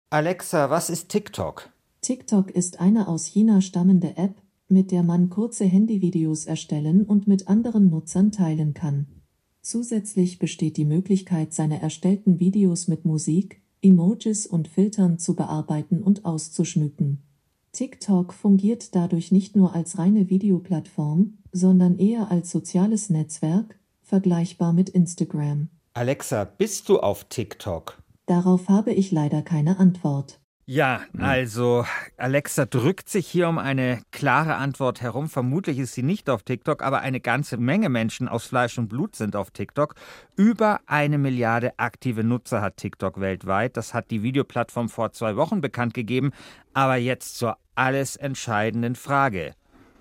Alexa, was ist TikTok? TikTok ist eine aus China stammende App, mit der man kurze Handyvideos erstellen und mit anderen Nutzern teilen kann. Zusätzlich besteht die Möglichkeit, seine erstellten Videos mit Musik, Emojis und Filtern zu bearbeiten und auszuschmücken. TikTok fungiert dadurch nicht nur als reine Videoplattform, sondern eher als soziales Netzwerk, vergleichbar mit Instagram. Alexa, bist du auf TikTok? Darauf habe ich leider keine Antwort. Ja, also Alexa drückt sich hier um eine klare Antwort herum. Vermutlich ist sie nicht auf TikTok, aber eine ganze Menge Menschen aus Fleisch und Blut sind auf TikTok. Über 1 Milliarde aktive Nutzer hat TikTok weltweit. Das hat die Videoplattform vor 2 Wochen bekannt gegeben. Aber jetzt zur alles entscheidenden Frage.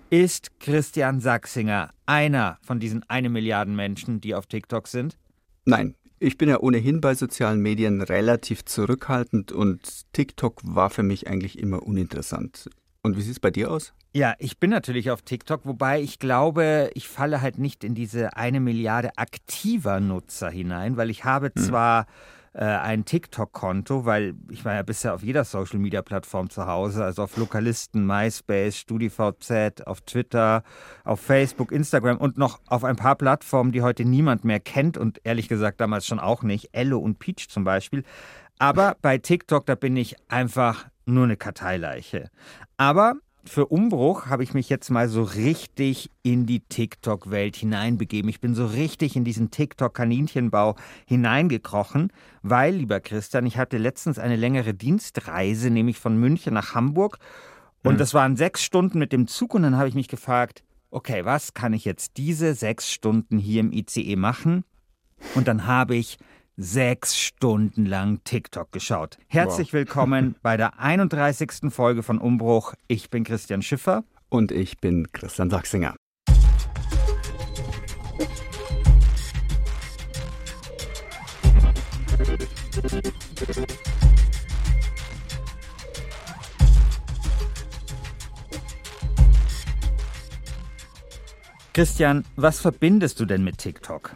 Ist Christian Sachsinger einer von diesen 1 Milliarden Menschen, die auf TikTok sind? Nein. Ich bin ja ohnehin bei sozialen Medien relativ zurückhaltend und TikTok war für mich eigentlich immer uninteressant. Und wie sieht es bei dir aus? Ja, ich bin natürlich auf TikTok, wobei ich glaube, ich falle halt nicht in diese 1 Milliarde aktiver Nutzer hinein, weil ich habe zwar ein TikTok-Konto, weil ich war ja bisher auf jeder Social-Media-Plattform zu Hause, also auf Lokalisten, MySpace, StudiVZ, auf Twitter, auf Facebook, Instagram und noch auf ein paar Plattformen, die heute niemand mehr kennt und ehrlich gesagt damals schon auch nicht, Ello und Peach zum Beispiel. Aber bei TikTok, da bin ich einfach nur eine Karteileiche. Aber für Umbruch habe ich mich jetzt mal so richtig in die TikTok-Welt hineinbegeben. Ich bin so richtig in diesen TikTok-Kaninchenbau hineingekrochen, weil, lieber Christian, ich hatte letztens eine längere Dienstreise, nämlich von München nach Hamburg. Und das waren 6 Stunden mit dem Zug. Und dann habe ich mich gefragt, okay, was kann ich jetzt diese 6 Stunden hier im ICE machen? Und dann habe ich 6 Stunden lang TikTok geschaut. Herzlich willkommen bei der 31. Folge von Umbruch. Ich bin Christian Schiffer. Und ich bin Christian Sachsinger. Christian, was verbindest du denn mit TikTok?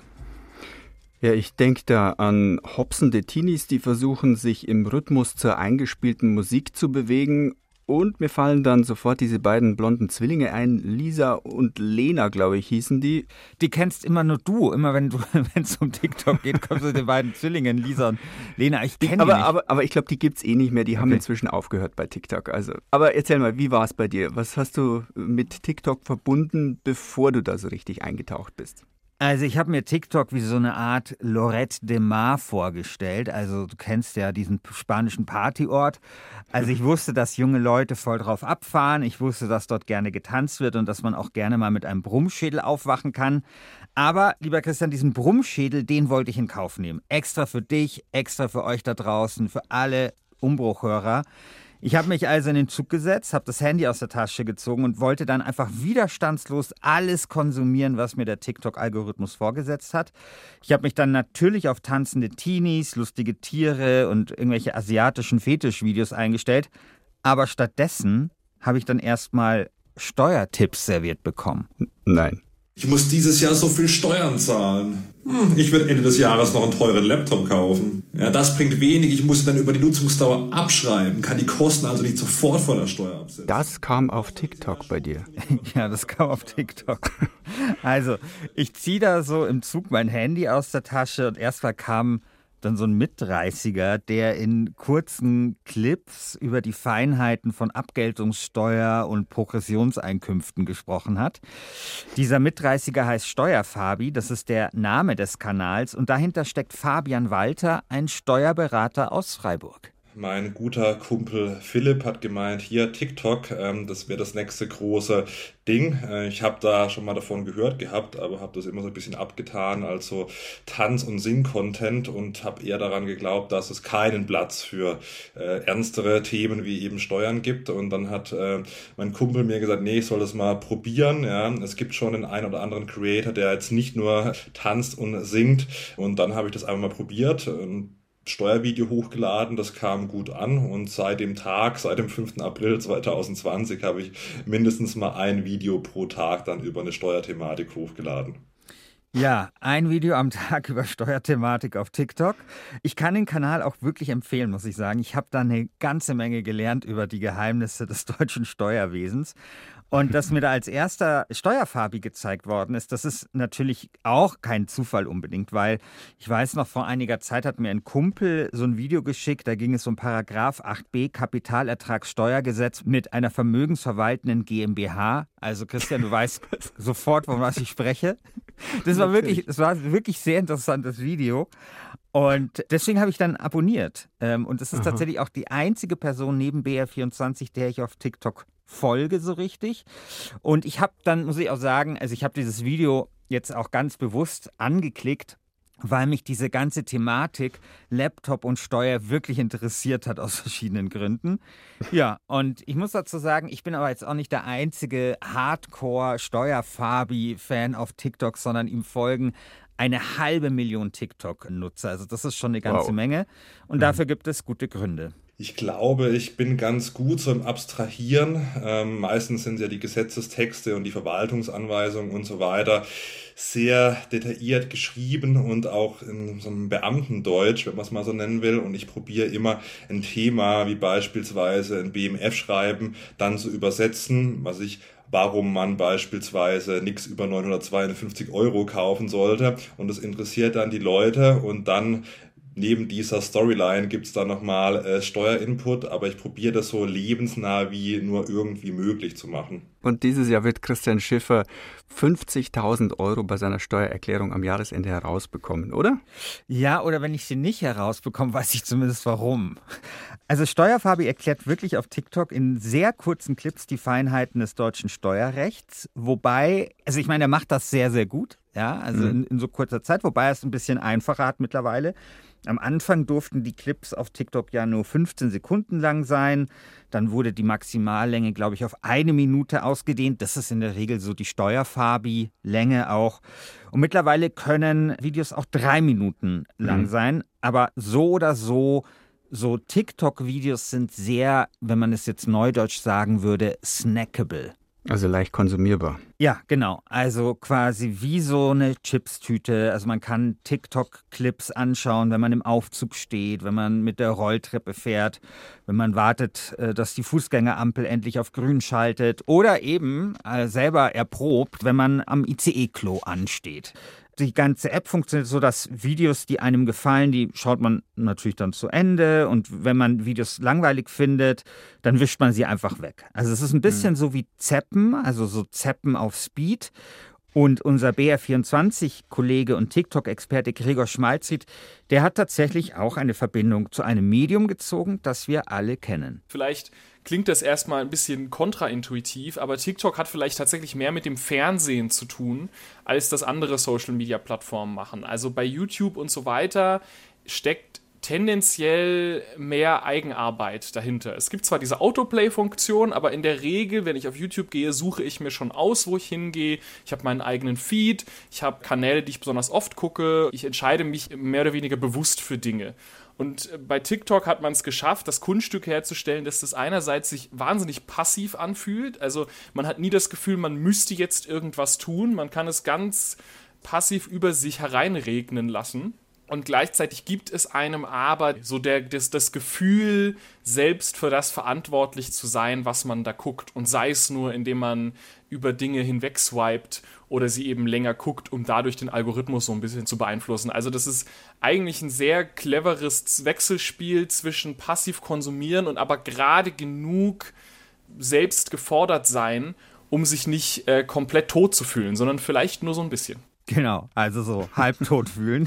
Ja, ich denke da an hopsende Teenies, die versuchen, sich im Rhythmus zur eingespielten Musik zu bewegen. Und mir fallen dann sofort diese beiden blonden Zwillinge ein, Lisa und Lena, glaube ich, hießen die. Die kennst immer nur du. Immer wenn es um TikTok geht, kommst du den beiden Zwillingen, Lisa und Lena. Ich kenne die nicht. Aber ich glaube, die gibt es eh nicht mehr. Die haben inzwischen aufgehört bei TikTok. Also, aber erzähl mal, wie war es bei dir? Was hast du mit TikTok verbunden, bevor du da so richtig eingetaucht bist? Also ich habe mir TikTok wie so eine Art Lloret de Mar vorgestellt. Also du kennst ja diesen spanischen Partyort. Also ich wusste, dass junge Leute voll drauf abfahren. Ich wusste, dass dort gerne getanzt wird und dass man auch gerne mal mit einem Brummschädel aufwachen kann. Aber, lieber Christian, diesen Brummschädel, den wollte ich in Kauf nehmen. Extra für dich, extra für euch da draußen, für alle Umbruchhörer. Ich habe mich also in den Zug gesetzt, habe das Handy aus der Tasche gezogen und wollte dann einfach widerstandslos alles konsumieren, was mir der TikTok-Algorithmus vorgesetzt hat. Ich habe mich dann natürlich auf tanzende Teenies, lustige Tiere und irgendwelche asiatischen Fetischvideos eingestellt. Aber stattdessen habe ich dann erstmal Steuertipps serviert bekommen. Nein. Ich muss dieses Jahr so viel Steuern zahlen. Ich werde Ende des Jahres noch einen teuren Laptop kaufen. Ja, das bringt wenig. Ich muss dann über die Nutzungsdauer abschreiben, kann die Kosten also nicht sofort von der Steuer absetzen. Das kam auf TikTok bei dir. Ja, das kam auf TikTok. Also, ich ziehe da so im Zug mein Handy aus der Tasche und erstmal kam dann so ein Mit-30er, der in kurzen Clips über die Feinheiten von Abgeltungssteuer und Progressionseinkünften gesprochen hat. Dieser Mit-30er heißt Steuerfabi, das ist der Name des Kanals und dahinter steckt Fabian Walter, ein Steuerberater aus Freiburg. Mein guter Kumpel Philipp hat gemeint, hier TikTok, das wäre das nächste große Ding. Ich habe da schon mal davon gehört gehabt, aber habe das immer so ein bisschen abgetan als so Tanz- und Sing-Content und habe eher daran geglaubt, dass es keinen Platz für ernstere Themen wie eben Steuern gibt. Und dann hat mein Kumpel mir gesagt, nee, ich soll das mal probieren. Ja, es gibt schon den einen oder anderen Creator, der jetzt nicht nur tanzt und singt. Und dann habe ich das einfach mal probiert und Steuervideo hochgeladen, das kam gut an und seit dem 5. April 2020 habe ich mindestens mal ein Video pro Tag dann über eine Steuerthematik hochgeladen. Ja, ein Video am Tag über Steuerthematik auf TikTok. Ich kann den Kanal auch wirklich empfehlen, muss ich sagen. Ich habe da eine ganze Menge gelernt über die Geheimnisse des deutschen Steuerwesens. Und dass mir da als erster Steuerfabi gezeigt worden ist, das ist natürlich auch kein Zufall unbedingt, weil ich weiß noch, vor einiger Zeit hat mir ein Kumpel so ein Video geschickt, da ging es um Paragraph 8b Kapitalertragssteuergesetz mit einer vermögensverwaltenden GmbH. Also Christian, du weißt sofort, von was ich spreche. Das war wirklich sehr interessantes Video. Und deswegen habe ich dann abonniert. Und das ist tatsächlich auch die einzige Person neben BR24, der ich auf TikTok folge so richtig. Und ich habe dann, muss ich auch sagen, also ich habe dieses Video jetzt auch ganz bewusst angeklickt, weil mich diese ganze Thematik Laptop und Steuer wirklich interessiert hat aus verschiedenen Gründen. Ja, und ich muss dazu sagen, ich bin aber jetzt auch nicht der einzige Hardcore-Steuerfabi-Fan auf TikTok, sondern ihm folgen 500.000 TikTok-Nutzer. Also das ist schon eine ganze Menge. Und dafür gibt es gute Gründe. Ich glaube, ich bin ganz gut so im Abstrahieren. Meistens sind ja die Gesetzestexte und die Verwaltungsanweisungen und so weiter sehr detailliert geschrieben und auch in so einem Beamtendeutsch, wenn man es mal so nennen will. Und ich probiere immer ein Thema wie beispielsweise ein BMF-Schreiben dann zu übersetzen, warum man beispielsweise nichts über 952 € kaufen sollte. Und das interessiert dann die Leute und dann neben dieser Storyline gibt es dann nochmal Steuerinput, aber ich probiere das so lebensnah wie nur irgendwie möglich zu machen. Und dieses Jahr wird Christian Schiffer 50.000 € bei seiner Steuererklärung am Jahresende herausbekommen, oder? Ja, oder wenn ich sie nicht herausbekomme, weiß ich zumindest warum. Also Steuerfabi erklärt wirklich auf TikTok in sehr kurzen Clips die Feinheiten des deutschen Steuerrechts. Wobei, also ich meine, er macht das sehr, sehr gut. Ja, also in so kurzer Zeit, wobei er es ein bisschen einfacher hat mittlerweile. Am Anfang durften die Clips auf TikTok ja nur 15 Sekunden lang sein. Dann wurde die Maximallänge, glaube ich, auf 1 Minute ausgedehnt. Das ist in der Regel so die Steuerfabi-Länge auch. Und mittlerweile können Videos auch 3 Minuten lang sein. Aber so oder so TikTok-Videos sind sehr, wenn man es jetzt neudeutsch sagen würde, snackable. Also leicht konsumierbar. Ja, genau. Also quasi wie so eine Chipstüte. Also man kann TikTok-Clips anschauen, wenn man im Aufzug steht, wenn man mit der Rolltreppe fährt, wenn man wartet, dass die Fußgängerampel endlich auf grün schaltet oder eben selber erprobt, wenn man am ICE-Klo ansteht. Die ganze App funktioniert so, dass Videos, die einem gefallen, die schaut man natürlich dann zu Ende. Und wenn man Videos langweilig findet, dann wischt man sie einfach weg. Also es ist ein bisschen so wie Zappen, also so Zappen auf Speed. Und unser BR24-Kollege und TikTok-Experte Gregor Schmalzried, der hat tatsächlich auch eine Verbindung zu einem Medium gezogen, das wir alle kennen. Vielleicht klingt das erstmal ein bisschen kontraintuitiv, aber TikTok hat vielleicht tatsächlich mehr mit dem Fernsehen zu tun, als das andere Social-Media-Plattformen machen. Also bei YouTube und so weiter steckt tendenziell mehr Eigenarbeit dahinter. Es gibt zwar diese Autoplay-Funktion, aber in der Regel, wenn ich auf YouTube gehe, suche ich mir schon aus, wo ich hingehe. Ich habe meinen eigenen Feed, ich habe Kanäle, die ich besonders oft gucke. Ich entscheide mich mehr oder weniger bewusst für Dinge. Und bei TikTok hat man es geschafft, das Kunststück herzustellen, dass das einerseits sich wahnsinnig passiv anfühlt. Also man hat nie das Gefühl, man müsste jetzt irgendwas tun. Man kann es ganz passiv über sich hereinregnen lassen. Und gleichzeitig gibt es einem aber so das Gefühl, selbst für das verantwortlich zu sein, was man da guckt. Und sei es nur, indem man über Dinge hinweg swiped oder sie eben länger guckt, um dadurch den Algorithmus so ein bisschen zu beeinflussen. Also das ist eigentlich ein sehr cleveres Wechselspiel zwischen passiv konsumieren und aber gerade genug selbst gefordert sein, um sich nicht komplett tot zu fühlen, sondern vielleicht nur so ein bisschen. Genau, also so halbtot fühlen.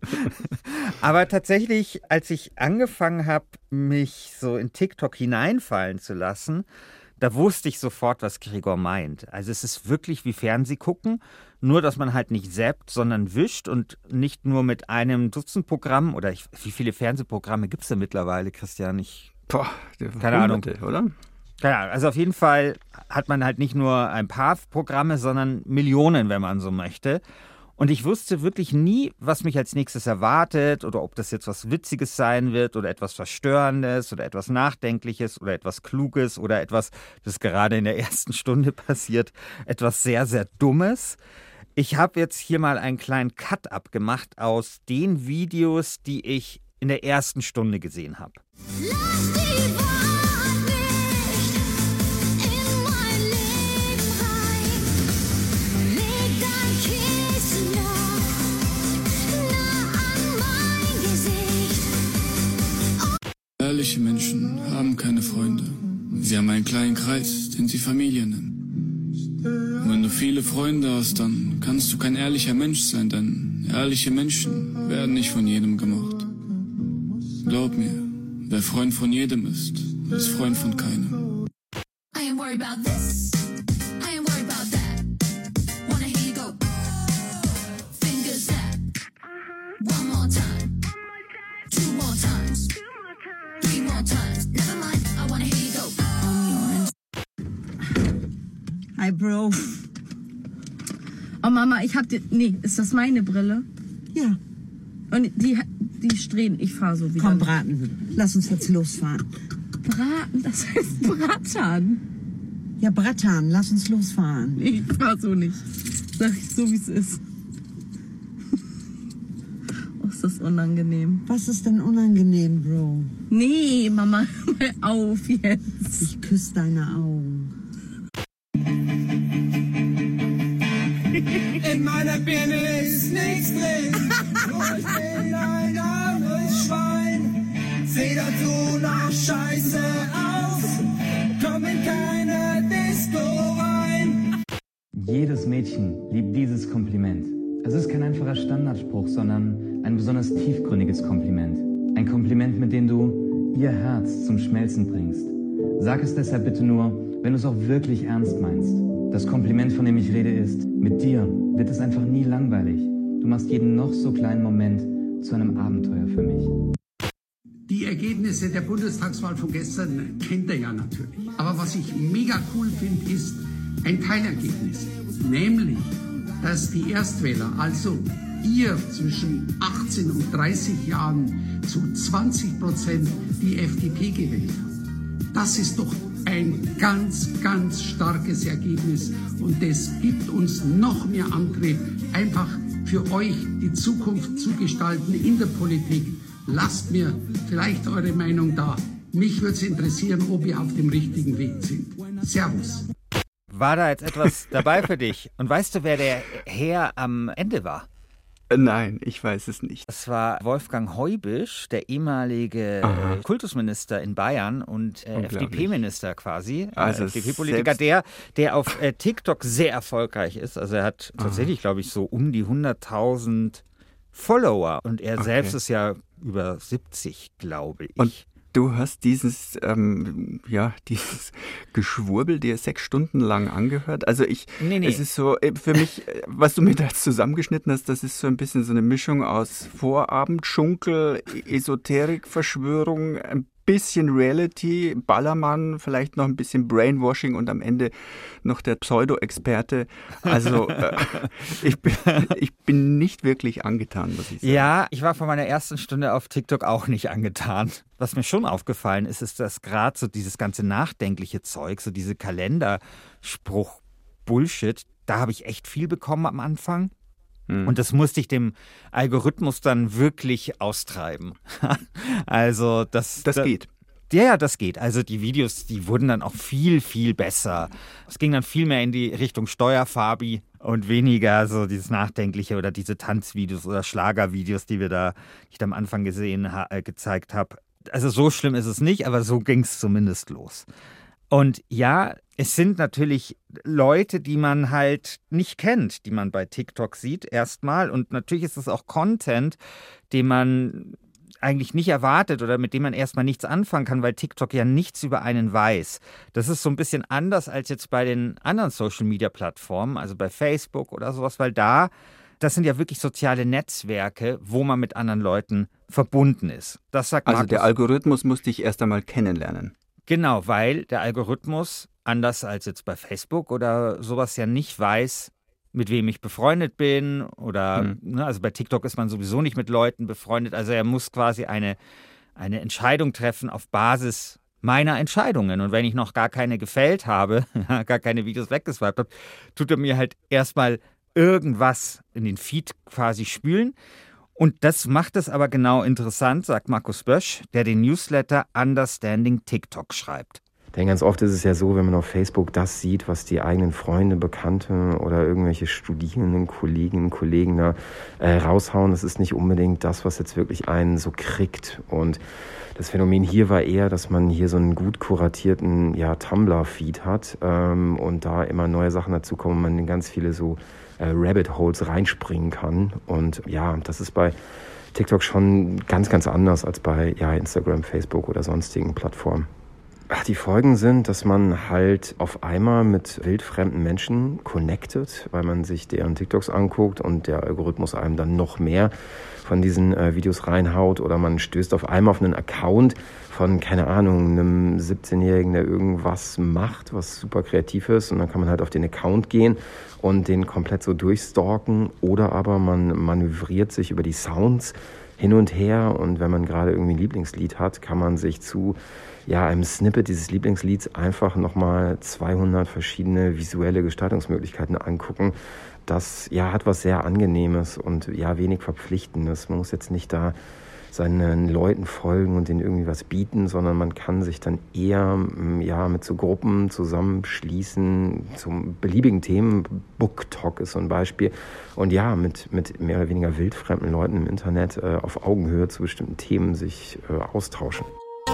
Aber tatsächlich, als ich angefangen habe, mich so in TikTok hineinfallen zu lassen, da wusste ich sofort, was Gregor meint. Also es ist wirklich wie Fernsehgucken, nur dass man halt nicht zappt, sondern wischt und nicht nur mit einem Dutzend Programmen oder wie viele Fernsehprogramme gibt es denn mittlerweile, Christian? Keine Ahnung, oder? Keine Ahnung, also auf jeden Fall hat man halt nicht nur ein paar Programme, sondern Millionen, wenn man so möchte. Und ich wusste wirklich nie, was mich als nächstes erwartet oder ob das jetzt was Witziges sein wird oder etwas Verstörendes oder etwas Nachdenkliches oder etwas Kluges oder etwas, das gerade in der ersten Stunde passiert, etwas sehr, sehr Dummes. Ich habe jetzt hier mal einen kleinen Cut abgemacht aus den Videos, die ich in der ersten Stunde gesehen habe. Lass die Wahrheit nicht in mein Leben rein. Leg dein Kissen noch nah an mein Gesicht. Ehrliche Menschen haben keine Freunde. Sie haben einen kleinen Kreis, den sie Familie nennen. Und wenn du viele Freunde hast, dann kannst du kein ehrlicher Mensch sein, denn ehrliche Menschen werden nicht von jedem gemocht. Glaub mir, wer Freund von jedem ist Freund von keinem. I ain't worried about this. I ain't worried about that. Wanna hear you go. Fingers that. One more time. Two more times. Three more times. Never mind. I wanna hear you go. Hi, Bro. Oh, Mama, ich hab dir... Nee, ist das meine Brille? Ja. Und die Strähnen, ich fahr so wieder. Komm, Braten. Lass uns jetzt losfahren. Braten? Das heißt Bratan. Ja, Bratan, lass uns losfahren. Nee, ich fahr so nicht. Sag ich so, wie es ist. Oh, ist das unangenehm. Was ist denn unangenehm, Bro? Nee, Mama, hör mal auf jetzt. Ich küsse deine Augen. In meiner Birne ist nichts drin. Ich bin ein armes Schwein. Feder du nach Scheiße aus. Komm in keine Disco rein. Jedes Mädchen liebt dieses Kompliment. Es ist kein einfacher Standardspruch, sondern ein besonders tiefgründiges Kompliment. Ein Kompliment, mit dem du ihr Herz zum Schmelzen bringst. Sag es deshalb bitte nur, wenn du es auch wirklich ernst meinst. Das Kompliment, von dem ich rede, ist: Mit dir wird es einfach nie langweilig. Du machst jeden noch so kleinen Moment zu einem Abenteuer für mich. Die Ergebnisse der Bundestagswahl von gestern kennt ihr ja natürlich. Aber was ich mega cool finde, ist ein Teilergebnis. Nämlich, dass die Erstwähler, also ihr zwischen 18 und 30 Jahren, zu 20% die FDP gewählt haben. Das ist doch ein ganz, ganz starkes Ergebnis und das gibt uns noch mehr Antrieb, einfach für euch die Zukunft zu gestalten in der Politik. Lasst mir vielleicht eure Meinung da. Mich würde es interessieren, ob ihr auf dem richtigen Weg sind. Servus. War da jetzt etwas dabei für dich? Und weißt du, wer der Herr am Ende war? Nein, ich weiß es nicht. Das war Wolfgang Heubisch, der ehemalige Kultusminister in Bayern und FDP-Minister quasi. Also FDP-Politiker, der auf TikTok sehr erfolgreich ist. Also er hat tatsächlich, glaube ich, so um die 100.000 Follower. Und er selbst ist ja über 70, glaube ich. Und du hast dieses Geschwurbel dir 6 Stunden lang angehört. Also es ist so, für mich, was du mir da jetzt zusammengeschnitten hast, das ist so ein bisschen so eine Mischung aus Vorabendschunkel, Esoterik, Verschwörung, ein bisschen Reality, Ballermann, vielleicht noch ein bisschen Brainwashing und am Ende noch der Pseudo-Experte. Also ich bin nicht wirklich angetan, muss ich sagen. Ja, ich war von meiner ersten Stunde auf TikTok auch nicht angetan. Was mir schon aufgefallen ist, ist, dass gerade so dieses ganze nachdenkliche Zeug, so diese Kalenderspruch-Bullshit, da habe ich echt viel bekommen am Anfang. Und das musste ich dem Algorithmus dann wirklich austreiben. Also das geht. Ja, das geht. Also die Videos, die wurden dann auch viel, viel besser. Es ging dann viel mehr in die Richtung Steuerfabi und weniger so dieses Nachdenkliche oder diese Tanzvideos oder Schlagervideos, die ich da am Anfang gezeigt habe. Also so schlimm ist es nicht, aber so ging es zumindest los. Und ja, es sind natürlich Leute, die man halt nicht kennt, die man bei TikTok sieht erstmal. Und natürlich ist es auch Content, den man eigentlich nicht erwartet oder mit dem man erstmal nichts anfangen kann, weil TikTok ja nichts über einen weiß. Das ist so ein bisschen anders als jetzt bei den anderen Social-Media-Plattformen, also bei Facebook oder sowas, weil das sind ja wirklich soziale Netzwerke, wo man mit anderen Leuten verbunden ist. Das sagt Also Markus. der Algorithmus muss dich erst einmal kennenlernen. Genau, weil der Algorithmus, anders als jetzt bei Facebook oder sowas, ja nicht weiß, mit wem ich befreundet bin oder, also bei TikTok ist man sowieso nicht mit Leuten befreundet, also er muss quasi eine Entscheidung treffen auf Basis meiner Entscheidungen und wenn ich noch gar keine gefällt habe, gar keine Videos weggeswiped habe, tut er mir halt erstmal irgendwas in den Feed quasi spülen. Und das macht es aber genau interessant, sagt Markus Bösch, der den Newsletter Understanding TikTok schreibt. Denn ganz oft ist es ja so, wenn man auf Facebook das sieht, was die eigenen Freunde, Bekannte oder irgendwelche Studierenden, Kolleginnen und Kollegen da raushauen, das ist nicht unbedingt das, was jetzt wirklich einen so kriegt. Und das Phänomen hier war eher, dass man hier so einen gut kuratierten Tumblr-Feed hat und da immer neue Sachen dazu kommen, man in ganz viele so Rabbit Holes reinspringen kann. Und ja, das ist bei TikTok schon ganz, ganz anders als bei Instagram, Facebook oder sonstigen Plattformen. Die Folgen sind, dass man halt auf einmal mit wildfremden Menschen connectet, weil man sich deren TikToks anguckt und der Algorithmus einem dann noch mehr von diesen Videos reinhaut, oder man stößt auf einmal auf einen Account von, keine Ahnung, einem 17-Jährigen, der irgendwas macht, was super kreativ ist, und dann kann man halt auf den Account gehen und den komplett so durchstalken, oder aber man manövriert sich über die Sounds hin und her, und wenn man gerade irgendwie ein Lieblingslied hat, kann man sich zu einem Snippet dieses Lieblingslieds einfach nochmal 200 verschiedene visuelle Gestaltungsmöglichkeiten angucken. Das hat was sehr Angenehmes und wenig Verpflichtendes. Man muss jetzt nicht da seinen Leuten folgen und denen irgendwie was bieten, sondern man kann sich dann eher mit so Gruppen zusammenschließen zum beliebigen Themen. BookTok ist so ein Beispiel. Und mit mehr oder weniger wildfremden Leuten im Internet auf Augenhöhe zu bestimmten Themen sich austauschen.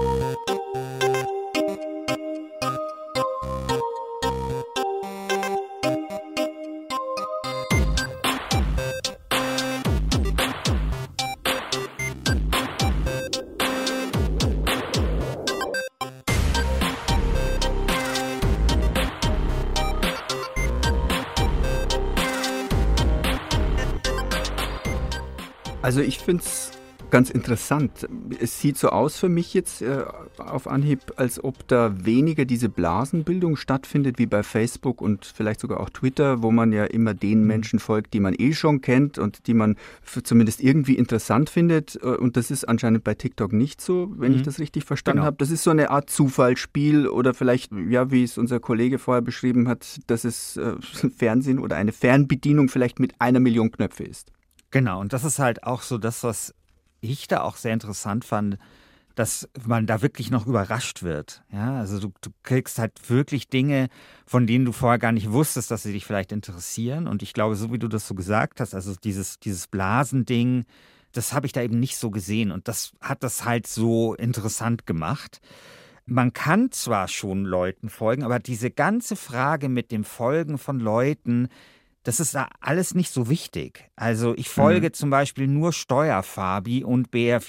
Also ich finde es ganz interessant. Es sieht so aus für mich jetzt auf Anhieb, als ob da weniger diese Blasenbildung stattfindet wie bei Facebook und vielleicht sogar auch Twitter, wo man ja immer den Menschen folgt, die man schon kennt und die man zumindest irgendwie interessant findet. Und das ist anscheinend bei TikTok nicht so, wenn ich das richtig verstanden habe. Das ist so eine Art Zufallsspiel oder vielleicht, wie es unser Kollege vorher beschrieben hat, dass es Fernsehen oder eine Fernbedienung vielleicht mit 1 Million Knöpfe ist. Genau, und das ist halt auch so das, was ich da auch sehr interessant fand, dass man da wirklich noch überrascht wird. Ja, also du kriegst halt wirklich Dinge, von denen du vorher gar nicht wusstest, dass sie dich vielleicht interessieren. Und ich glaube, so wie du das so gesagt hast, also dieses Blasending, das habe ich da eben nicht so gesehen. Und das hat das halt so interessant gemacht. Man kann zwar schon Leuten folgen, aber diese ganze Frage mit dem Folgen von Leuten, das ist da alles nicht so wichtig. Also ich folge zum Beispiel nur Steuerfabi und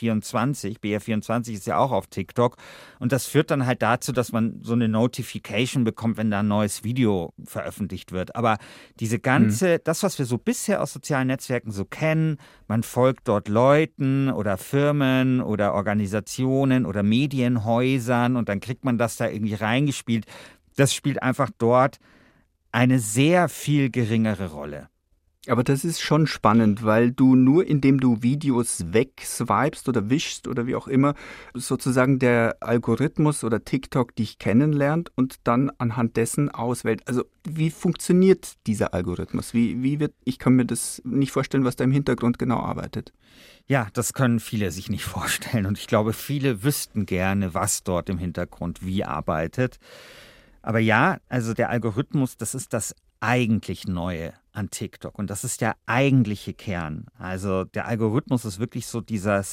BR24. BR24 ist ja auch auf TikTok. Und das führt dann halt dazu, dass man so eine Notification bekommt, wenn da ein neues Video veröffentlicht wird. Aber diese ganze, das, was wir so bisher aus sozialen Netzwerken so kennen, man folgt dort Leuten oder Firmen oder Organisationen oder Medienhäusern und dann kriegt man das da irgendwie reingespielt. Das spielt einfach dort eine sehr viel geringere Rolle. Aber das ist schon spannend, weil du nur indem du Videos wegswipest oder wischst oder wie auch immer, sozusagen der Algorithmus oder TikTok dich kennenlernt und dann anhand dessen auswählt. Also wie funktioniert dieser Algorithmus? Ich kann mir das nicht vorstellen, was da im Hintergrund genau arbeitet. Ja, das können viele sich nicht vorstellen und ich glaube, viele wüssten gerne, was dort im Hintergrund wie arbeitet. Aber ja, also der Algorithmus, das ist das eigentlich Neue an TikTok und das ist der eigentliche Kern. Also der Algorithmus ist wirklich so dieser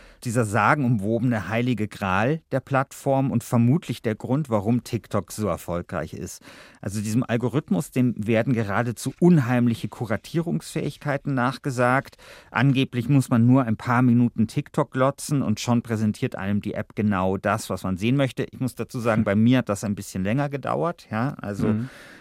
sagenumwobene heilige Gral der Plattform und vermutlich der Grund, warum TikTok so erfolgreich ist. Also diesem Algorithmus, dem werden geradezu unheimliche Kuratierungsfähigkeiten nachgesagt. Angeblich muss man nur ein paar Minuten TikTok glotzen und schon präsentiert einem die App genau das, was man sehen möchte. Ich muss dazu sagen, bei mir hat das ein bisschen länger gedauert. Ja, also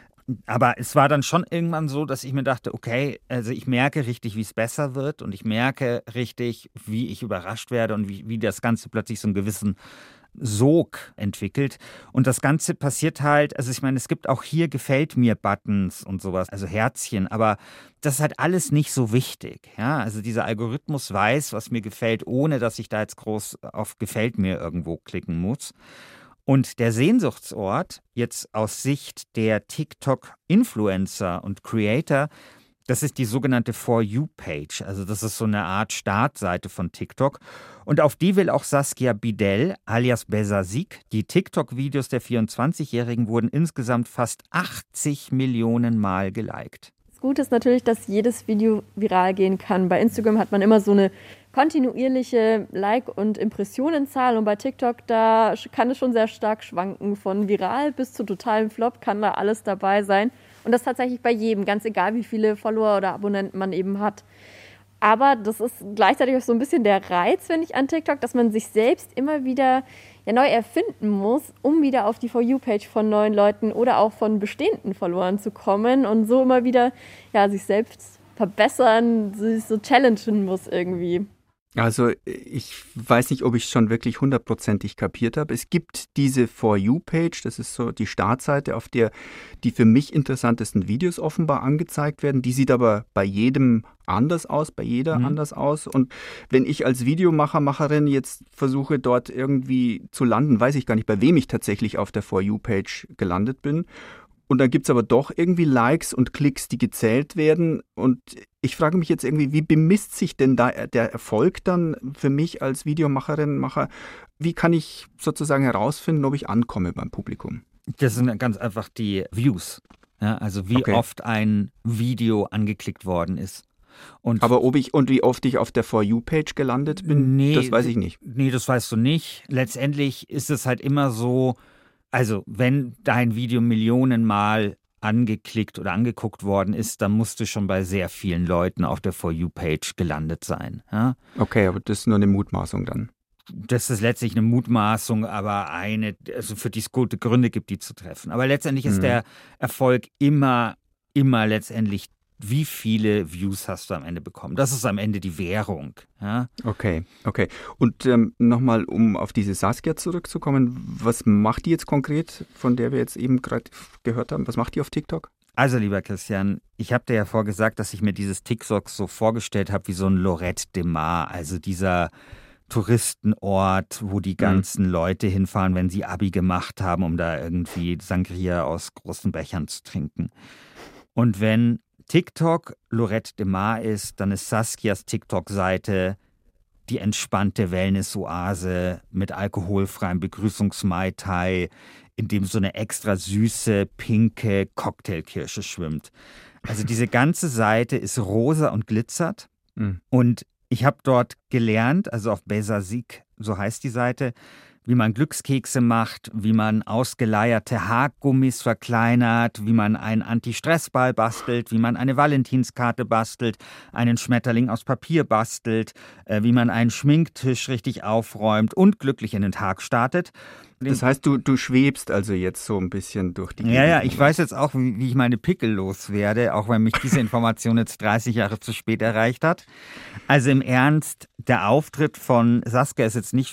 aber es war dann schon irgendwann so, dass ich mir dachte, okay, also ich merke richtig, wie es besser wird und ich merke richtig, wie ich überrascht werde und wie das Ganze plötzlich so einen gewissen Sog entwickelt. Und das Ganze passiert halt, also ich meine, es gibt auch hier Gefällt-mir-Buttons und sowas, also Herzchen, aber das ist halt alles nicht so wichtig. Ja? Also dieser Algorithmus weiß, was mir gefällt, ohne dass ich da jetzt groß auf Gefällt mir irgendwo klicken muss. Und der Sehnsuchtsort, jetzt aus Sicht der TikTok-Influencer und Creator, Das ist die sogenannte For You-Page. Also das ist so eine Art Startseite von TikTok. Und auf die will auch Saskia Bidel, alias Bezasik. Die TikTok-Videos der 24-Jährigen wurden insgesamt fast 80 Millionen Mal geliked. Das Gute ist natürlich, dass jedes Video viral gehen kann. Bei Instagram hat man immer so eine kontinuierliche Like- und Impressionenzahl und bei TikTok, da kann es schon sehr stark schwanken. Von viral bis zu totalen Flop kann da alles dabei sein. Und das tatsächlich bei jedem, ganz egal, wie viele Follower oder Abonnenten man eben hat. Aber das ist gleichzeitig auch so ein bisschen der Reiz, finde ich, an TikTok, dass man sich selbst immer wieder neu erfinden muss, um wieder auf die For You-Page von neuen Leuten oder auch von bestehenden Followern zu kommen und so immer wieder sich selbst verbessern, sich so challengen muss irgendwie. Also ich weiß nicht, ob ich es schon wirklich 100%ig kapiert habe. Es gibt diese For You-Page, das ist so die Startseite, auf der die für mich interessantesten Videos offenbar angezeigt werden. Die sieht aber bei jedem anders aus, bei jeder anders aus. Und wenn ich als Videomacher, Macherin jetzt versuche, dort irgendwie zu landen, weiß ich gar nicht, bei wem ich tatsächlich auf der For You-Page gelandet bin. Und dann gibt es aber doch irgendwie Likes und Klicks, die gezählt werden. Und ich frage mich jetzt irgendwie, wie bemisst sich denn da der Erfolg dann für mich als Videomacherin, Macher? Wie kann ich sozusagen herausfinden, ob ich ankomme beim Publikum? Das sind ganz einfach die Views. Ja, also wie oft ein Video angeklickt worden ist. Aber wie oft ich auf der For You-Page gelandet bin, das weiß ich nicht. Nee, das weißt du nicht. Letztendlich ist es halt immer so, also wenn dein Video Millionenmal angeklickt oder angeguckt worden ist, dann musst du schon bei sehr vielen Leuten auf der For You-Page gelandet sein. Ja? Okay, aber das ist nur eine Mutmaßung dann. Das ist letztlich eine Mutmaßung, aber für die es gute Gründe gibt, die zu treffen. Aber letztendlich ist der Erfolg immer letztendlich, wie viele Views hast du am Ende bekommen. Das ist am Ende die Währung. Ja? Okay. Und nochmal, um auf diese Saskia zurückzukommen, was macht die jetzt konkret, von der wir jetzt eben gerade gehört haben? Was macht die auf TikTok? Also, lieber Christian, ich habe dir ja vorgesagt, dass ich mir dieses TikTok so vorgestellt habe wie so ein Lorette de Mar, also dieser Touristenort, wo die ganzen Leute hinfahren, wenn sie Abi gemacht haben, um da irgendwie Sangria aus großen Bechern zu trinken. Und wenn TikTok Lorette de Mar ist, dann ist Saskias TikTok-Seite die entspannte Wellness-Oase mit alkoholfreiem Begrüßungs-Mai-Tai, in dem so eine extra süße, pinke Cocktailkirsche schwimmt. Also diese ganze Seite ist rosa und glitzert. Und ich habe dort gelernt, also auf Bezasik, so heißt die Seite, wie man Glückskekse macht, wie man ausgeleierte Haargummis verkleinert, wie man einen Anti-Stress-Ball bastelt, wie man eine Valentinskarte bastelt, einen Schmetterling aus Papier bastelt, wie man einen Schminktisch richtig aufräumt und glücklich in den Tag startet. Das heißt, du schwebst also jetzt so ein bisschen durch die Gegend. Ja, ich weiß jetzt auch, wie ich meine Pickel loswerde, auch wenn mich diese Information jetzt 30 Jahre zu spät erreicht hat. Also im Ernst, der Auftritt von Saskia ist jetzt nicht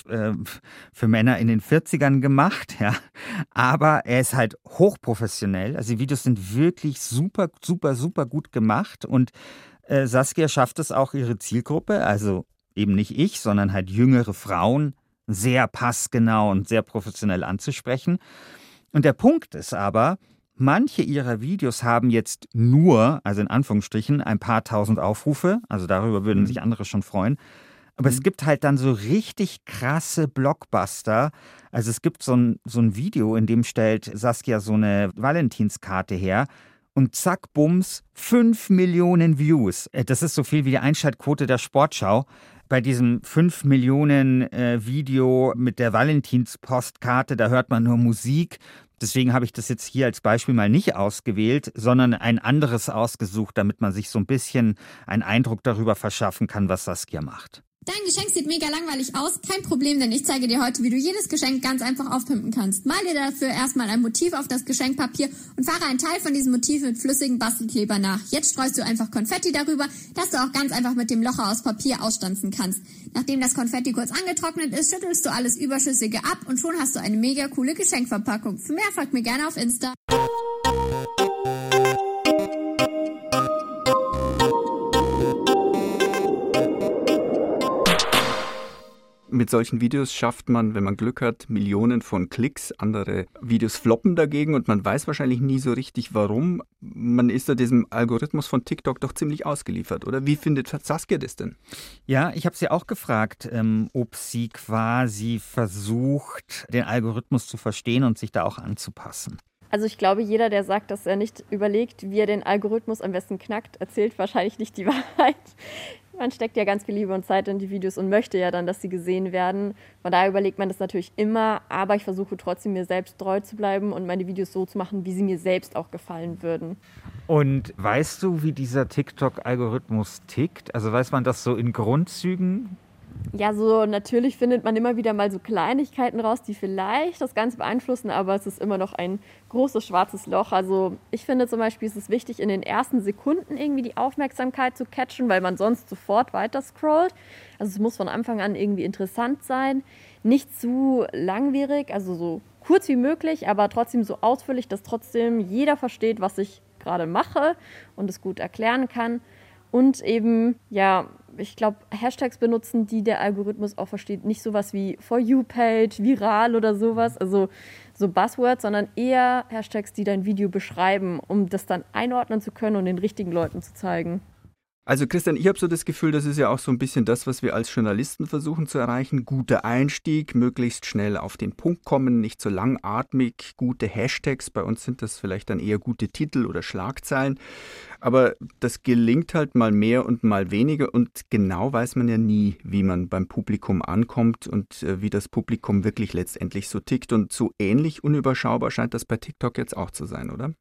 für Männer in den 40ern gemacht, ja, aber er ist halt hochprofessionell. Also die Videos sind wirklich super, super, super gut gemacht und Saskia schafft es auch, ihre Zielgruppe, also eben nicht ich, sondern halt jüngere Frauen, sehr passgenau und sehr professionell anzusprechen. Und der Punkt ist aber, manche ihrer Videos haben jetzt nur, also in Anführungsstrichen, ein paar tausend Aufrufe, also darüber würden sich andere schon freuen. Aber es gibt halt dann so richtig krasse Blockbuster. Also es gibt so ein Video, in dem stellt Saskia so eine Valentinskarte her und zack, bums, 5 Millionen Views. Das ist so viel wie die Einschaltquote der Sportschau. Bei diesem 5 Millionen Video mit der Valentinspostkarte, da hört man nur Musik. Deswegen habe ich das jetzt hier als Beispiel mal nicht ausgewählt, sondern ein anderes ausgesucht, damit man sich so ein bisschen einen Eindruck darüber verschaffen kann, was Saskia macht. Dein Geschenk sieht mega langweilig aus. Kein Problem, denn ich zeige dir heute, wie du jedes Geschenk ganz einfach aufpimpen kannst. Mal dir dafür erstmal ein Motiv auf das Geschenkpapier und fahre einen Teil von diesem Motiv mit flüssigem Bastelkleber nach. Jetzt streust du einfach Konfetti darüber, das du auch ganz einfach mit dem Locher aus Papier ausstanzen kannst. Nachdem das Konfetti kurz angetrocknet ist, schüttelst du alles Überschüssige ab und schon hast du eine mega coole Geschenkverpackung. Für mehr folgt mir gerne auf Insta. mit solchen Videos schafft man, wenn man Glück hat, Millionen von Klicks. Andere Videos floppen dagegen und man weiß wahrscheinlich nie so richtig, warum. Man ist da diesem Algorithmus von TikTok doch ziemlich ausgeliefert, oder? Wie findet Saskia das denn? Ja, ich habe sie auch gefragt, ob sie quasi versucht, den Algorithmus zu verstehen und sich da auch anzupassen. Also ich glaube, jeder, der sagt, dass er nicht überlegt, wie er den Algorithmus am besten knackt, erzählt wahrscheinlich nicht die Wahrheit. Man steckt ja ganz viel Liebe und Zeit in die Videos und möchte ja dann, dass sie gesehen werden. Von daher überlegt man das natürlich immer, aber ich versuche trotzdem mir selbst treu zu bleiben und meine Videos so zu machen, wie sie mir selbst auch gefallen würden. Und weißt du, wie dieser TikTok-Algorithmus tickt? Also weiß man das so in Grundzügen? Ja, so natürlich findet man immer wieder mal so Kleinigkeiten raus, die vielleicht das Ganze beeinflussen, aber es ist immer noch ein großes schwarzes Loch. Also ich finde zum Beispiel, es ist wichtig, in den ersten Sekunden irgendwie die Aufmerksamkeit zu catchen, weil man sonst sofort weiter scrollt. Also es muss von Anfang an irgendwie interessant sein, nicht zu langwierig, also so kurz wie möglich, aber trotzdem so ausführlich, dass trotzdem jeder versteht, was ich gerade mache und es gut erklären kann. Und eben, ja, ich glaube, Hashtags benutzen, die der Algorithmus auch versteht. Nicht sowas wie For You-Page, viral oder sowas, also so Buzzwords, sondern eher Hashtags, die dein Video beschreiben, um das dann einordnen zu können und den richtigen Leuten zu zeigen. Also Christian, ich habe so das Gefühl, das ist ja auch so ein bisschen das, was wir als Journalisten versuchen zu erreichen. Guter Einstieg, möglichst schnell auf den Punkt kommen, nicht so langatmig, gute Hashtags. Bei uns sind das vielleicht dann eher gute Titel oder Schlagzeilen. Aber das gelingt halt mal mehr und mal weniger. Und genau weiß man ja nie, wie man beim Publikum ankommt und wie das Publikum wirklich letztendlich so tickt. Und so ähnlich unüberschaubar scheint das bei TikTok jetzt auch zu sein, oder?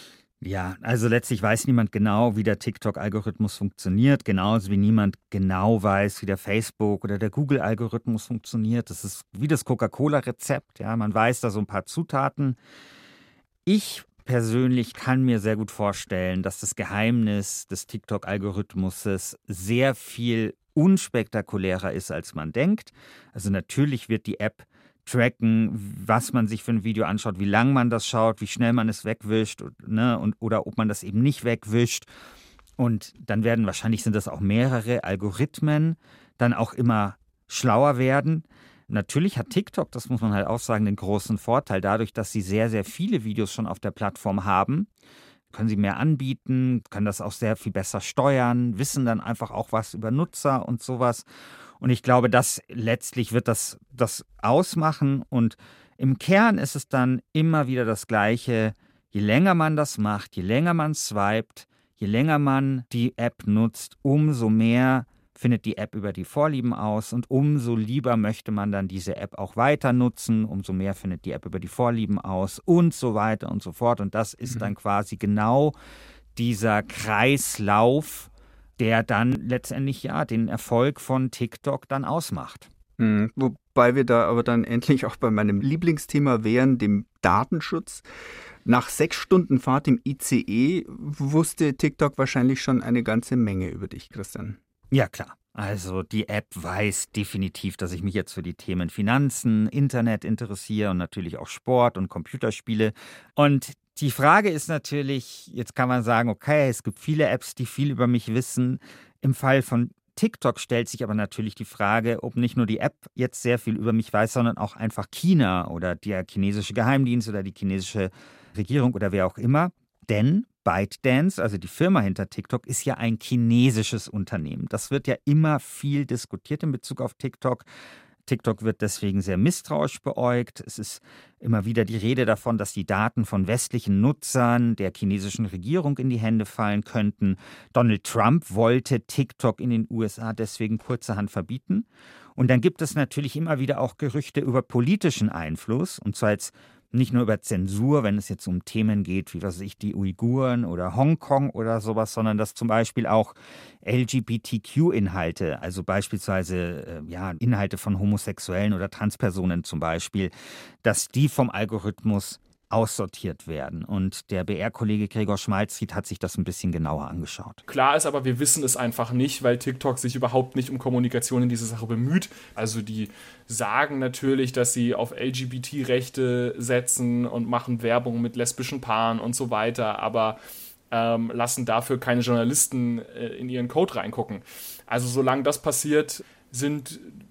Ja, also letztlich weiß niemand genau, wie der TikTok-Algorithmus funktioniert, genauso wie niemand genau weiß, wie der Facebook- oder der Google-Algorithmus funktioniert. Das ist wie das Coca-Cola-Rezept, ja, man weiß da so ein paar Zutaten. Ich persönlich kann mir sehr gut vorstellen, dass das Geheimnis des TikTok-Algorithmuses sehr viel unspektakulärer ist, als man denkt. Also natürlich wird die App tracken, was man sich für ein Video anschaut, wie lang man das schaut, wie schnell man es wegwischt, ne, oder ob man das eben nicht wegwischt. Und dann werden wahrscheinlich, sind das auch mehrere Algorithmen, dann auch immer schlauer werden. Natürlich hat TikTok, das muss man halt auch sagen, den großen Vorteil dadurch, dass sie sehr, sehr viele Videos schon auf der Plattform haben. Können sie mehr anbieten, können das auch sehr viel besser steuern, wissen dann einfach auch was über Nutzer und sowas. Und ich glaube, das letztlich wird das ausmachen. Und im Kern ist es dann immer wieder das Gleiche. Je länger man das macht, je länger man swiped, je länger man die App nutzt, umso mehr findet die App über die Vorlieben aus und umso lieber möchte man dann diese App auch weiter nutzen, umso mehr findet die App über die Vorlieben aus und so weiter und so fort. Und das ist dann quasi genau dieser Kreislauf, der dann letztendlich ja den Erfolg von TikTok dann ausmacht. Wobei wir da aber dann endlich auch bei meinem Lieblingsthema wären, dem Datenschutz. Nach 6 Stunden Fahrt im ICE wusste TikTok wahrscheinlich schon eine ganze Menge über dich, Christian. Ja, klar. Also die App weiß definitiv, dass ich mich jetzt für die Themen Finanzen, Internet interessiere und natürlich auch Sport und Computerspiele. Und die Frage ist natürlich, jetzt kann man sagen, okay, es gibt viele Apps, die viel über mich wissen. Im Fall von TikTok stellt sich aber natürlich die Frage, ob nicht nur die App jetzt sehr viel über mich weiß, sondern auch einfach China oder der chinesische Geheimdienst oder die chinesische Regierung oder wer auch immer. Denn ByteDance, also die Firma hinter TikTok, ist ja ein chinesisches Unternehmen. Das wird ja immer viel diskutiert in Bezug auf TikTok. TikTok wird deswegen sehr misstrauisch beäugt. Es ist immer wieder die Rede davon, dass die Daten von westlichen Nutzern der chinesischen Regierung in die Hände fallen könnten. Donald Trump wollte TikTok in den USA deswegen kurzerhand verbieten. Und dann gibt es natürlich immer wieder auch Gerüchte über politischen Einfluss, und zwar jetzt nicht nur über Zensur, wenn es jetzt um Themen geht, wie was weiß ich, die Uiguren oder Hongkong oder sowas, sondern dass zum Beispiel auch LGBTQ-Inhalte, also beispielsweise Inhalte von Homosexuellen oder Transpersonen zum Beispiel, dass die vom Algorithmus aussortiert werden. Und der BR-Kollege Gregor Schmalzried hat sich das ein bisschen genauer angeschaut. Klar ist aber, wir wissen es einfach nicht, weil TikTok sich überhaupt nicht um Kommunikation in dieser Sache bemüht. Also die sagen natürlich, dass sie auf LGBT-Rechte setzen und machen Werbung mit lesbischen Paaren und so weiter, aber lassen dafür keine Journalisten in ihren Code reingucken. Also solange das passiert, sind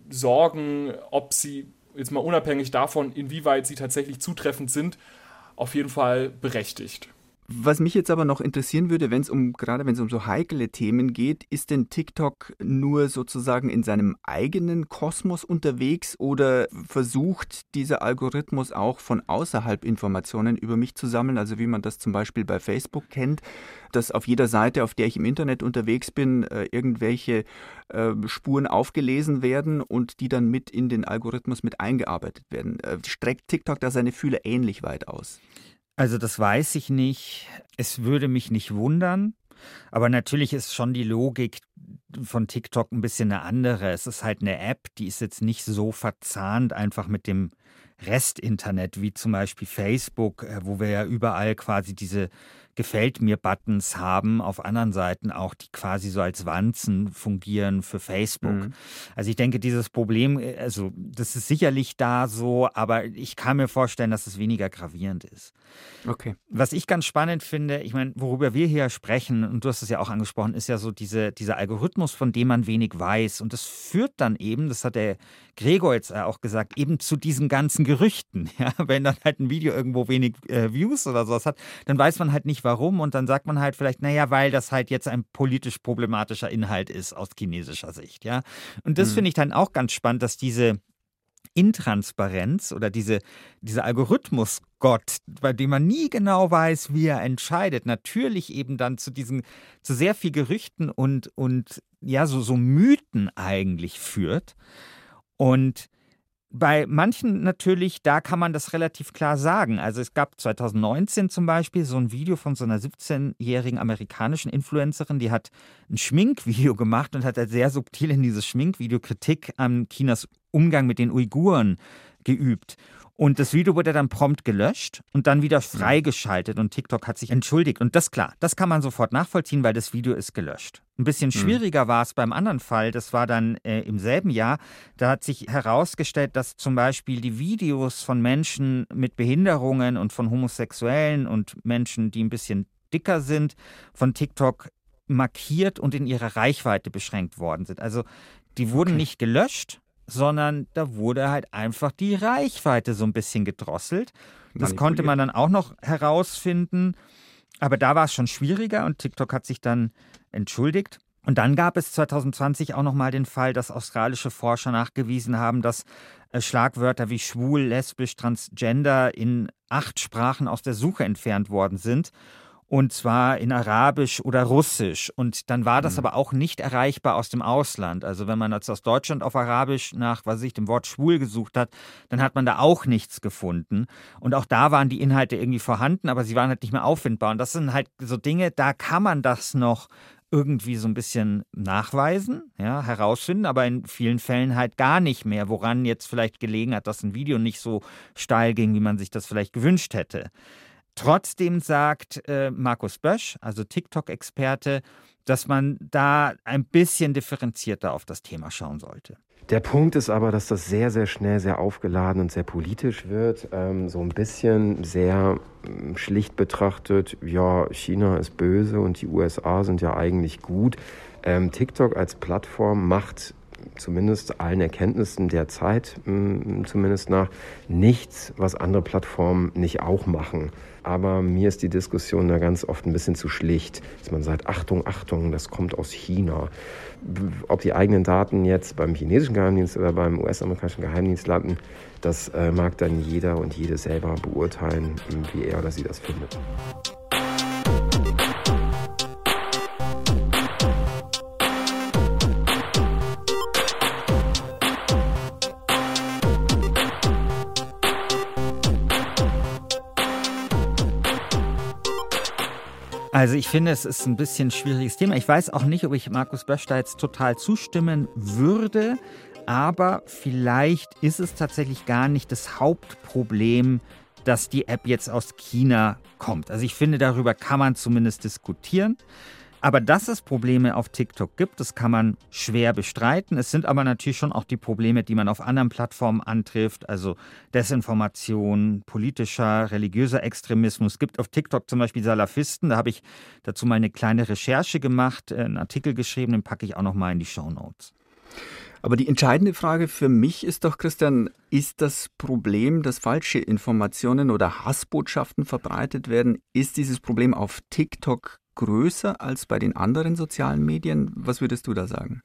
Sorgen, ob sie jetzt mal unabhängig davon, inwieweit sie tatsächlich zutreffend sind, auf jeden Fall berechtigt. Was mich jetzt aber noch interessieren würde, gerade wenn es um so heikle Themen geht, ist denn TikTok nur sozusagen in seinem eigenen Kosmos unterwegs oder versucht dieser Algorithmus auch von außerhalb Informationen über mich zu sammeln, also wie man das zum Beispiel bei Facebook kennt, dass auf jeder Seite, auf der ich im Internet unterwegs bin, irgendwelche Spuren aufgelesen werden und die dann mit in den Algorithmus mit eingearbeitet werden. Streckt TikTok da seine Fühler ähnlich weit aus? Also das weiß ich nicht. Es würde mich nicht wundern. Aber natürlich ist schon die Logik von TikTok ein bisschen eine andere. Es ist halt eine App, die ist jetzt nicht so verzahnt einfach mit dem Restinternet wie zum Beispiel Facebook, wo wir ja überall quasi diese Gefällt-mir-Buttons haben, auf anderen Seiten auch, die quasi so als Wanzen fungieren für Facebook. Also ich denke, dieses Problem, also das ist sicherlich da so, aber ich kann mir vorstellen, dass es weniger gravierend ist. Okay. Was ich ganz spannend finde, ich meine, worüber wir hier sprechen, und du hast es ja auch angesprochen, ist ja so dieser Algorithmus, von dem man wenig weiß. Und das führt dann eben, das hat der Gregor jetzt auch gesagt, eben zu diesen ganzen Gerüchten. Ja? Wenn dann halt ein Video irgendwo wenig Views oder sowas hat, dann weiß man halt nicht, warum. Und dann sagt man halt vielleicht, naja, weil das halt jetzt ein politisch problematischer Inhalt ist aus chinesischer Sicht. Ja? Und das finde ich dann auch ganz spannend, dass diese Intransparenz oder dieser Algorithmusgott, bei dem man nie genau weiß, wie er entscheidet, natürlich eben dann zu sehr viel Gerüchten und ja, so Mythen eigentlich führt. Und bei manchen natürlich, da kann man das relativ klar sagen. Also es gab 2019 zum Beispiel so ein Video von so einer 17-jährigen amerikanischen Influencerin, die hat ein Schminkvideo gemacht und hat halt sehr subtil in dieses Schminkvideo Kritik an Chinas Umgang mit den Uiguren geübt. Und das Video wurde dann prompt gelöscht und dann wieder freigeschaltet und TikTok hat sich entschuldigt. Und das klar, das kann man sofort nachvollziehen, weil das Video ist gelöscht. Ein bisschen schwieriger war es beim anderen Fall, das war dann im selben Jahr. Da hat sich herausgestellt, dass zum Beispiel die Videos von Menschen mit Behinderungen und von Homosexuellen und Menschen, die ein bisschen dicker sind, von TikTok markiert und in ihrer Reichweite beschränkt worden sind. Also die wurden nicht gelöscht, sondern da wurde halt einfach die Reichweite so ein bisschen gedrosselt. Das konnte man dann auch noch herausfinden, aber da war es schon schwieriger und TikTok hat sich dann entschuldigt. Und dann gab es 2020 auch nochmal den Fall, dass australische Forscher nachgewiesen haben, dass Schlagwörter wie schwul, lesbisch, transgender in 8 Sprachen aus der Suche entfernt worden sind. Und zwar in Arabisch oder Russisch. Und dann war das aber auch nicht erreichbar aus dem Ausland. Also wenn man jetzt aus Deutschland auf Arabisch nach, dem Wort schwul gesucht hat, dann hat man da auch nichts gefunden. Und auch da waren die Inhalte irgendwie vorhanden, aber sie waren halt nicht mehr auffindbar. Und das sind halt so Dinge, da kann man das noch irgendwie so ein bisschen nachweisen, ja, herausfinden, aber in vielen Fällen halt gar nicht mehr, woran jetzt vielleicht gelegen hat, dass ein Video nicht so steil ging, wie man sich das vielleicht gewünscht hätte. Trotzdem sagt Markus Bösch, also TikTok-Experte, dass man da ein bisschen differenzierter auf das Thema schauen sollte. Der Punkt ist aber, dass das sehr, sehr schnell sehr aufgeladen und sehr politisch wird. So ein bisschen sehr schlicht betrachtet, ja, China ist böse und die USA sind ja eigentlich gut. TikTok als Plattform macht zumindest allen Erkenntnissen der Zeit, zumindest nach, nichts, was andere Plattformen nicht auch machen. Aber mir ist die Diskussion da ganz oft ein bisschen zu schlicht, dass man sagt, Achtung, Achtung, das kommt aus China. Ob die eigenen Daten jetzt beim chinesischen Geheimdienst oder beim US-amerikanischen Geheimdienst landen, das mag dann jeder und jede selber beurteilen, wie er oder sie das findet. Also ich finde, es ist ein bisschen ein schwieriges Thema. Ich weiß auch nicht, ob ich Markus Bösch da jetzt total zustimmen würde, aber vielleicht ist es tatsächlich gar nicht das Hauptproblem, dass die App jetzt aus China kommt. Also ich finde, darüber kann man zumindest diskutieren. Aber dass es Probleme auf TikTok gibt, das kann man schwer bestreiten. Es sind aber natürlich schon auch die Probleme, die man auf anderen Plattformen antrifft, also Desinformation, politischer, religiöser Extremismus. Es gibt auf TikTok zum Beispiel Salafisten, da habe ich dazu mal eine kleine Recherche gemacht, einen Artikel geschrieben, den packe ich auch noch mal in die Shownotes. Aber die entscheidende Frage für mich ist doch, Christian, ist das Problem, dass falsche Informationen oder Hassbotschaften verbreitet werden, ist dieses Problem auf TikTok größer als bei den anderen sozialen Medien? Was würdest du da sagen?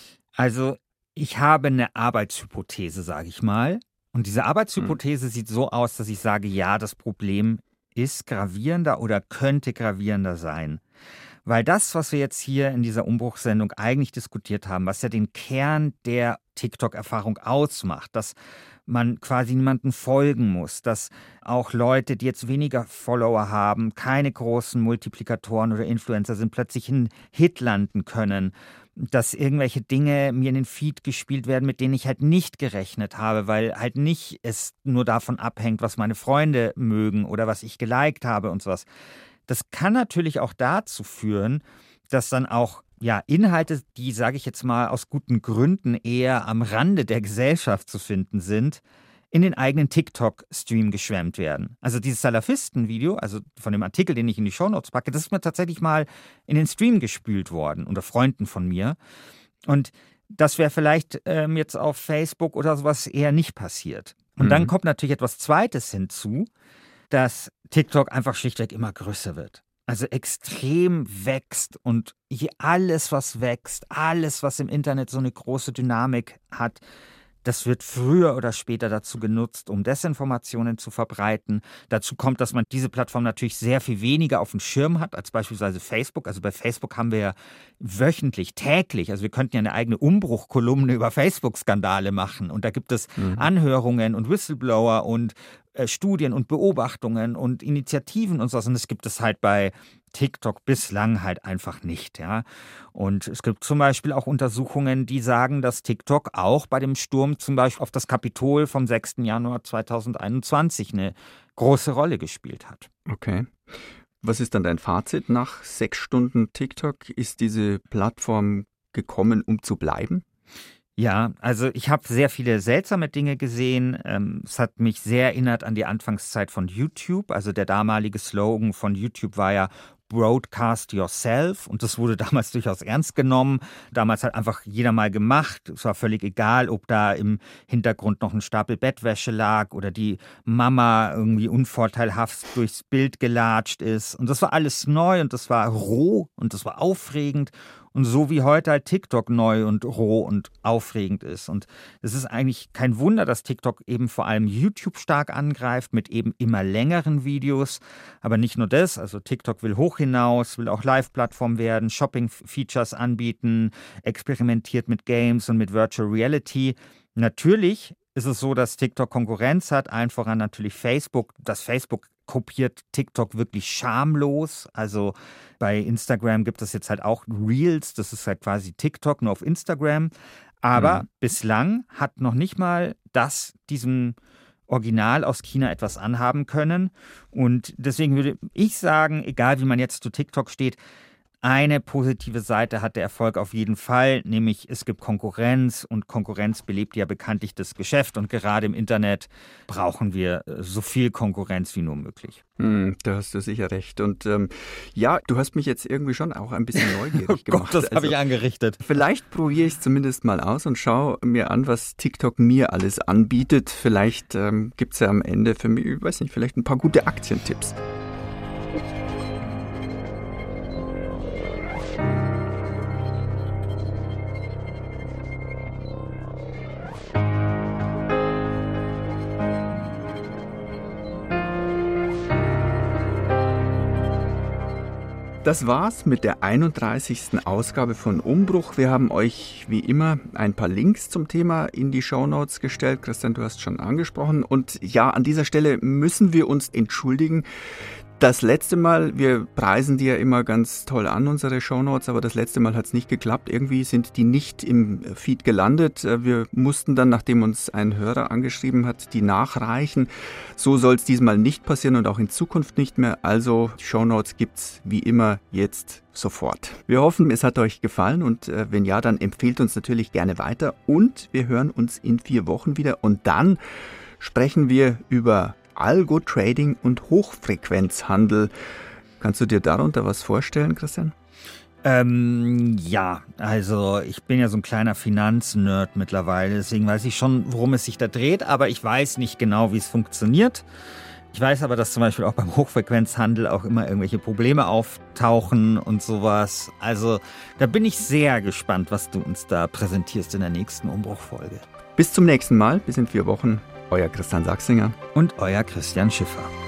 Also ich habe eine Arbeitshypothese, sage ich mal. Und diese Arbeitshypothese sieht so aus, dass ich sage, ja, das Problem ist gravierender oder könnte gravierender sein. Weil das, was wir jetzt hier in dieser Umbruchssendung eigentlich diskutiert haben, was ja den Kern der TikTok-Erfahrung ausmacht, dass man quasi niemandem folgen muss, dass auch Leute, die jetzt weniger Follower haben, keine großen Multiplikatoren oder Influencer sind, plötzlich einen Hit landen können, dass irgendwelche Dinge mir in den Feed gespielt werden, mit denen ich halt nicht gerechnet habe, weil halt nicht es nur davon abhängt, was meine Freunde mögen oder was ich geliked habe und sowas. Das kann natürlich auch dazu führen, dass dann auch Inhalte, die, sage ich jetzt mal, aus guten Gründen eher am Rande der Gesellschaft zu finden sind, in den eigenen TikTok-Stream geschwemmt werden. Also dieses Salafisten-Video, also von dem Artikel, den ich in die Shownotes packe, das ist mir tatsächlich mal in den Stream gespült worden, unter Freunden von mir. Und das wäre vielleicht jetzt auf Facebook oder sowas eher nicht passiert. Und dann kommt natürlich etwas Zweites hinzu, dass TikTok einfach schlichtweg immer größer wird. Also extrem wächst und alles, was wächst, alles, was im Internet so eine große Dynamik hat, das wird früher oder später dazu genutzt, um Desinformationen zu verbreiten. Dazu kommt, dass man diese Plattform natürlich sehr viel weniger auf dem Schirm hat als beispielsweise Facebook. Also bei Facebook haben wir ja wöchentlich, täglich, also wir könnten ja eine eigene Umbruchkolumne über Facebook-Skandale machen. Und da gibt es Anhörungen und Whistleblower und Studien und Beobachtungen und Initiativen und sowas. Und das gibt es halt bei TikTok bislang halt einfach nicht, ja. Und es gibt zum Beispiel auch Untersuchungen, die sagen, dass TikTok auch bei dem Sturm zum Beispiel auf das Kapitol vom 6. Januar 2021 eine große Rolle gespielt hat. Okay. Was ist dann dein Fazit nach 6 Stunden TikTok? Ist diese Plattform gekommen, um zu bleiben? Ja, also ich habe sehr viele seltsame Dinge gesehen. Es hat mich sehr erinnert an die Anfangszeit von YouTube. Also der damalige Slogan von YouTube war ja Broadcast Yourself, und das wurde damals durchaus ernst genommen. Damals hat einfach jeder mal gemacht. Es war völlig egal, ob da im Hintergrund noch ein Stapel Bettwäsche lag oder die Mama irgendwie unvorteilhaft durchs Bild gelatscht ist. Und das war alles neu und das war roh und das war aufregend. Und so wie heute halt TikTok neu und roh und aufregend ist. Und es ist eigentlich kein Wunder, dass TikTok eben vor allem YouTube stark angreift mit eben immer längeren Videos. Aber nicht nur das, also TikTok will hoch hinaus, will auch Live-Plattform werden, Shopping-Features anbieten, experimentiert mit Games und mit Virtual Reality. Natürlich ist es so, dass TikTok Konkurrenz hat, allen voran natürlich Facebook. Das Facebook kopiert TikTok wirklich schamlos. Also bei Instagram gibt es jetzt halt auch Reels, das ist halt quasi TikTok nur auf Instagram. Aber bislang hat noch nicht mal das diesem Original aus China etwas anhaben können. Und deswegen würde ich sagen, egal wie man jetzt zu TikTok steht, eine positive Seite hat der Erfolg auf jeden Fall, nämlich es gibt Konkurrenz und Konkurrenz belebt ja bekanntlich das Geschäft und gerade im Internet brauchen wir so viel Konkurrenz wie nur möglich. Da hast du sicher recht. Und ja, du hast mich jetzt irgendwie schon auch ein bisschen neugierig gemacht. Gott, das habe ich angerichtet. Vielleicht probiere ich es zumindest mal aus und schaue mir an, was TikTok mir alles anbietet. Vielleicht gibt es ja am Ende für mich, ich weiß nicht, vielleicht ein paar gute Aktientipps. Das war's mit der 31. Ausgabe von Umbruch. Wir haben euch wie immer ein paar Links zum Thema in die Shownotes gestellt. Christian, du hast schon angesprochen. Und ja, an dieser Stelle müssen wir uns entschuldigen. Das letzte Mal, wir preisen die ja immer ganz toll an, unsere Shownotes, aber das letzte Mal hat es nicht geklappt. Irgendwie sind die nicht im Feed gelandet. Wir mussten dann, nachdem uns ein Hörer angeschrieben hat, die nachreichen. So soll es diesmal nicht passieren und auch in Zukunft nicht mehr. Also Shownotes gibt's wie immer jetzt sofort. Wir hoffen, es hat euch gefallen und wenn ja, dann empfehlt uns natürlich gerne weiter und wir hören uns in 4 Wochen wieder und dann sprechen wir über Algo-Trading und Hochfrequenzhandel. Kannst du dir darunter was vorstellen, Christian? Ja, also ich bin ja so ein kleiner Finanznerd mittlerweile, deswegen weiß ich schon, worum es sich da dreht, aber ich weiß nicht genau, wie es funktioniert. Ich weiß aber, dass zum Beispiel auch beim Hochfrequenzhandel auch immer irgendwelche Probleme auftauchen und sowas. Also da bin ich sehr gespannt, was du uns da präsentierst in der nächsten Umbruchfolge. Bis zum nächsten Mal, bis in 4 Wochen. Euer Christian Sachsinger und euer Christian Schiffer.